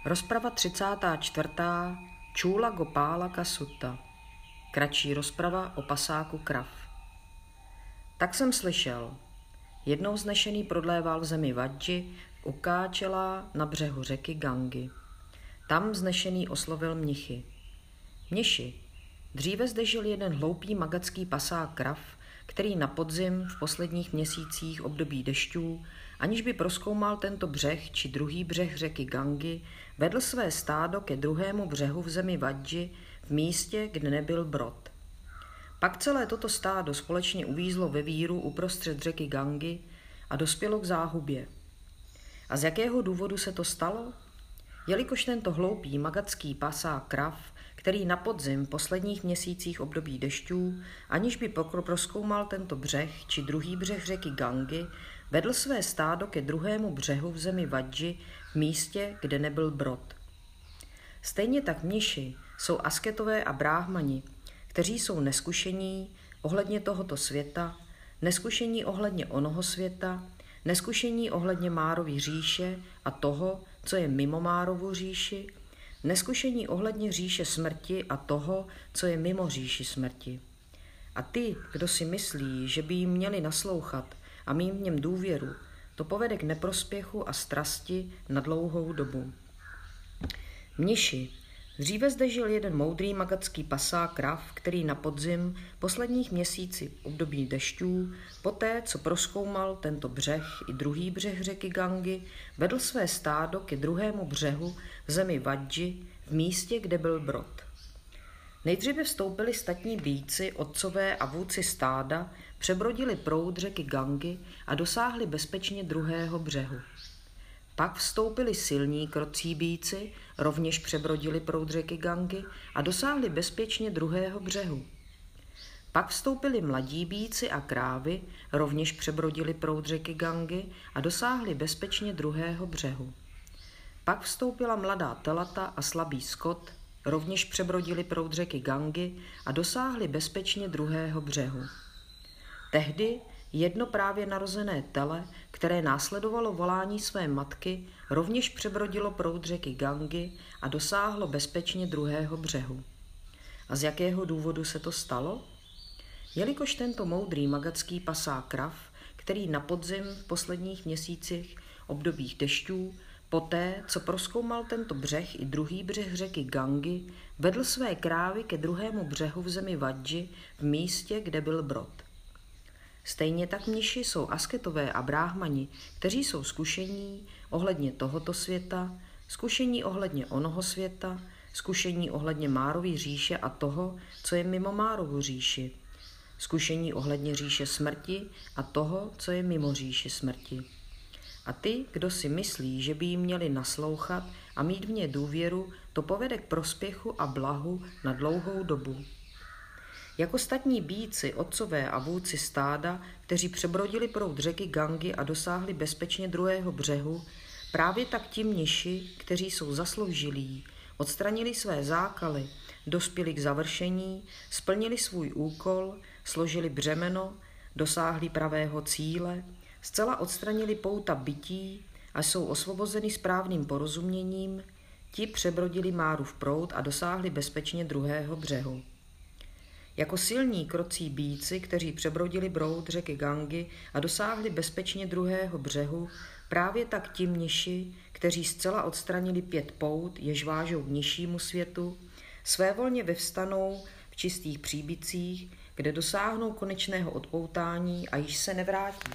Rozprava 34. Čula Gopálaka Sutta. Kratší rozprava o pasáku krav. Tak jsem slyšel. Jednou znešený prodléval v zemi Vadži u Káčela na břehu řeky Gangy. Tam znešený oslovil mnichy. Mniši, dříve zde žil jeden hloupý magacký pasák krav, který na podzim v posledních měsících období dešťů, aniž by prozkoumal tento břeh či druhý břeh řeky Gangy, vedl své stádo ke druhému břehu v zemi Vadži v místě, kde nebyl brod. Pak celé toto stádo společně uvízlo ve víru uprostřed řeky Gangy a dospělo k záhubě. A z jakého důvodu se to stalo? Jelikož tento hloupý magacký pasák krav, který na podzim v posledních měsících období dešťů, aniž by prozkoumal tento břeh či druhý břeh řeky Gangy, vedl své stádo ke druhému břehu v zemi Vadži v místě, kde nebyl brod. Stejně tak mniši jsou asketové a bráhmani, kteří jsou neskušení ohledně tohoto světa, neskušení ohledně onoho světa, neskušení ohledně Márovy říše a toho, co je mimo Márovu říši, neskušení ohledně říše smrti a toho, co je mimo říši smrti. A ty, kdo si myslí, že by jim měli naslouchat a mít v něm důvěru, to povede k neprospěchu a strasti na dlouhou dobu. Mniši, dříve zde žil jeden moudrý magacký pasák krav, který na podzim posledních měsících období dešťů, poté, co prozkoumal tento břeh i druhý břeh řeky Gangy, vedl své stádo ke druhému břehu v zemi Vadži v místě, kde byl brod. Nejdříve vstoupili statní býci, otcové a vůdci stáda, přebrodili proud řeky Gangy a dosáhli bezpečně druhého břehu. Pak vstoupili silní krotcí býci, rovněž přebrodili proud řeky Gangy a dosáhli bezpečně druhého břehu. Pak vstoupili mladí býci a krávy, rovněž přebrodili proud řeky Gangy a dosáhli bezpečně druhého břehu. Pak vstoupila mladá telata a slabý skot, rovněž přebrodili proud řeky Gangy a dosáhli bezpečně druhého břehu. Tehdy jedno právě narozené tele, které následovalo volání své matky, rovněž přebrodilo proud řeky Gangy a dosáhlo bezpečně druhého břehu. A z jakého důvodu se to stalo? Jelikož tento moudrý magacký pasák krav, který na podzim v posledních měsících obdobích dešťů, poté, co prozkoumal tento břeh i druhý břeh řeky Gangy, vedl své krávy ke druhému břehu v zemi Vadži v místě, kde byl brod. Stejně tak mniši jsou asketové a bráhmani, kteří jsou zkušení ohledně tohoto světa, zkušení ohledně onoho světa, zkušení ohledně Márovy říše a toho, co je mimo Márovu říši, zkušení ohledně říše smrti a toho, co je mimo říši smrti. A ty, kdo si myslí, že by jim měli naslouchat a mít v ně důvěru, to povede k prospěchu a blahu na dlouhou dobu. Jako statní býci, otcové a vůdci stáda, kteří přebrodili proud řeky Gangy a dosáhli bezpečně druhého břehu, právě tak ti mniši, kteří jsou zasloužilí, odstranili své zákaly, dospěli k završení, splnili svůj úkol, složili břemeno, dosáhli pravého cíle, zcela odstranili pouta bytí a jsou osvobozeni správným porozuměním, ti přebrodili Márův proud a dosáhli bezpečně druhého břehu. Jako silní krotcí býci, kteří přebrodili proud řeky Gangy a dosáhli bezpečně druhého břehu, právě tak ti mniši, kteří zcela odstranili 5 pout, jež vážou k nižšímu světu, svévolně vyvstanou v čistých příbytcích, kde dosáhnou konečného odpoutání a již se nevrátí.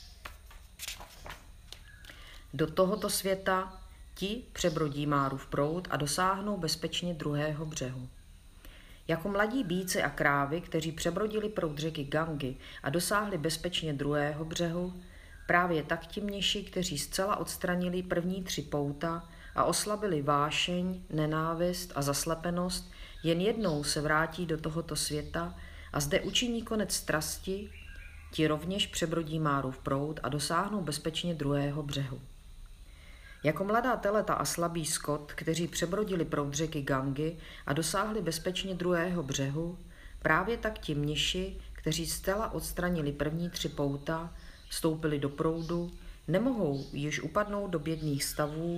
Do tohoto světa ti přebrodí Márův proud a dosáhnou bezpečně druhého břehu. Jako mladí býci a krávy, kteří přebrodili proud řeky Gangy a dosáhli bezpečně druhého břehu, právě tak ti mniši, kteří zcela odstranili první 3 pouta a oslabili vášeň, nenávist a zaslepenost, jen jednou se vrátí do tohoto světa a zde učiní konec strasti, ti rovněž přebrodí Márův proud a dosáhnou bezpečně druhého břehu. Jako mladá teleta a slabý skot, kteří přebrodili proud řeky Gangy a dosáhli bezpečně druhého břehu, právě tak ti mniši, kteří zcela odstranili první 3 pouta, vstoupili do proudu, nemohou již upadnout do bědných stavů,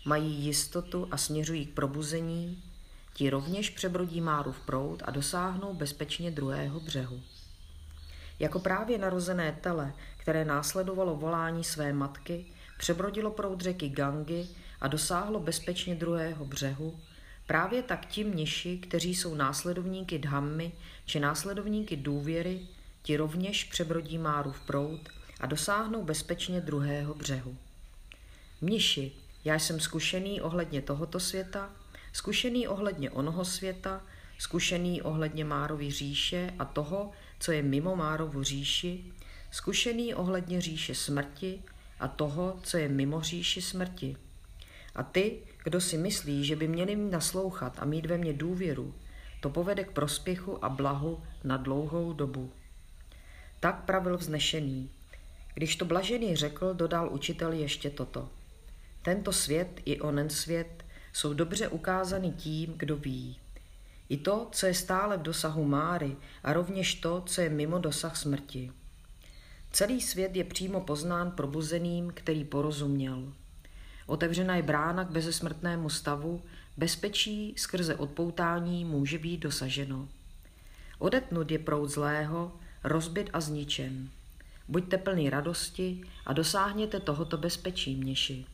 mají jistotu a směřují k probuzení, ti rovněž přebrodí Márův proud a dosáhnou bezpečně druhého břehu. Jako právě narozené tele, které následovalo volání své matky, přebrodilo proud řeky Gangy a dosáhlo bezpečně druhého břehu, právě tak ti mniši, kteří jsou následovníky Dhammy či následovníky důvěry, ti rovněž přebrodí Márův proud a dosáhnou bezpečně druhého břehu. Mniši, já jsem zkušený ohledně tohoto světa, zkušený ohledně onoho světa, zkušený ohledně Márovy říše a toho, co je mimo Márovu říši, zkušený ohledně říše smrti a toho, co je mimo říši smrti. A ty, kdo si myslí, že by měli naslouchat a mít ve mně důvěru, to povede k prospěchu a blahu na dlouhou dobu. Tak pravil vznešený. Když to blažený řekl, dodal učitel ještě toto. Tento svět i onen svět jsou dobře ukázány tím, kdo ví. I to, co je stále v dosahu Máry a rovněž to, co je mimo dosah smrti. Celý svět je přímo poznán probuzeným, který porozuměl. Otevřena je brána k bezesmrtnému stavu, bezpečí skrze odpoutání může být dosaženo. Odetnut je proud zlého, rozbit a zničen. Buďte plný radosti a dosáhněte tohoto bezpečí, mniši.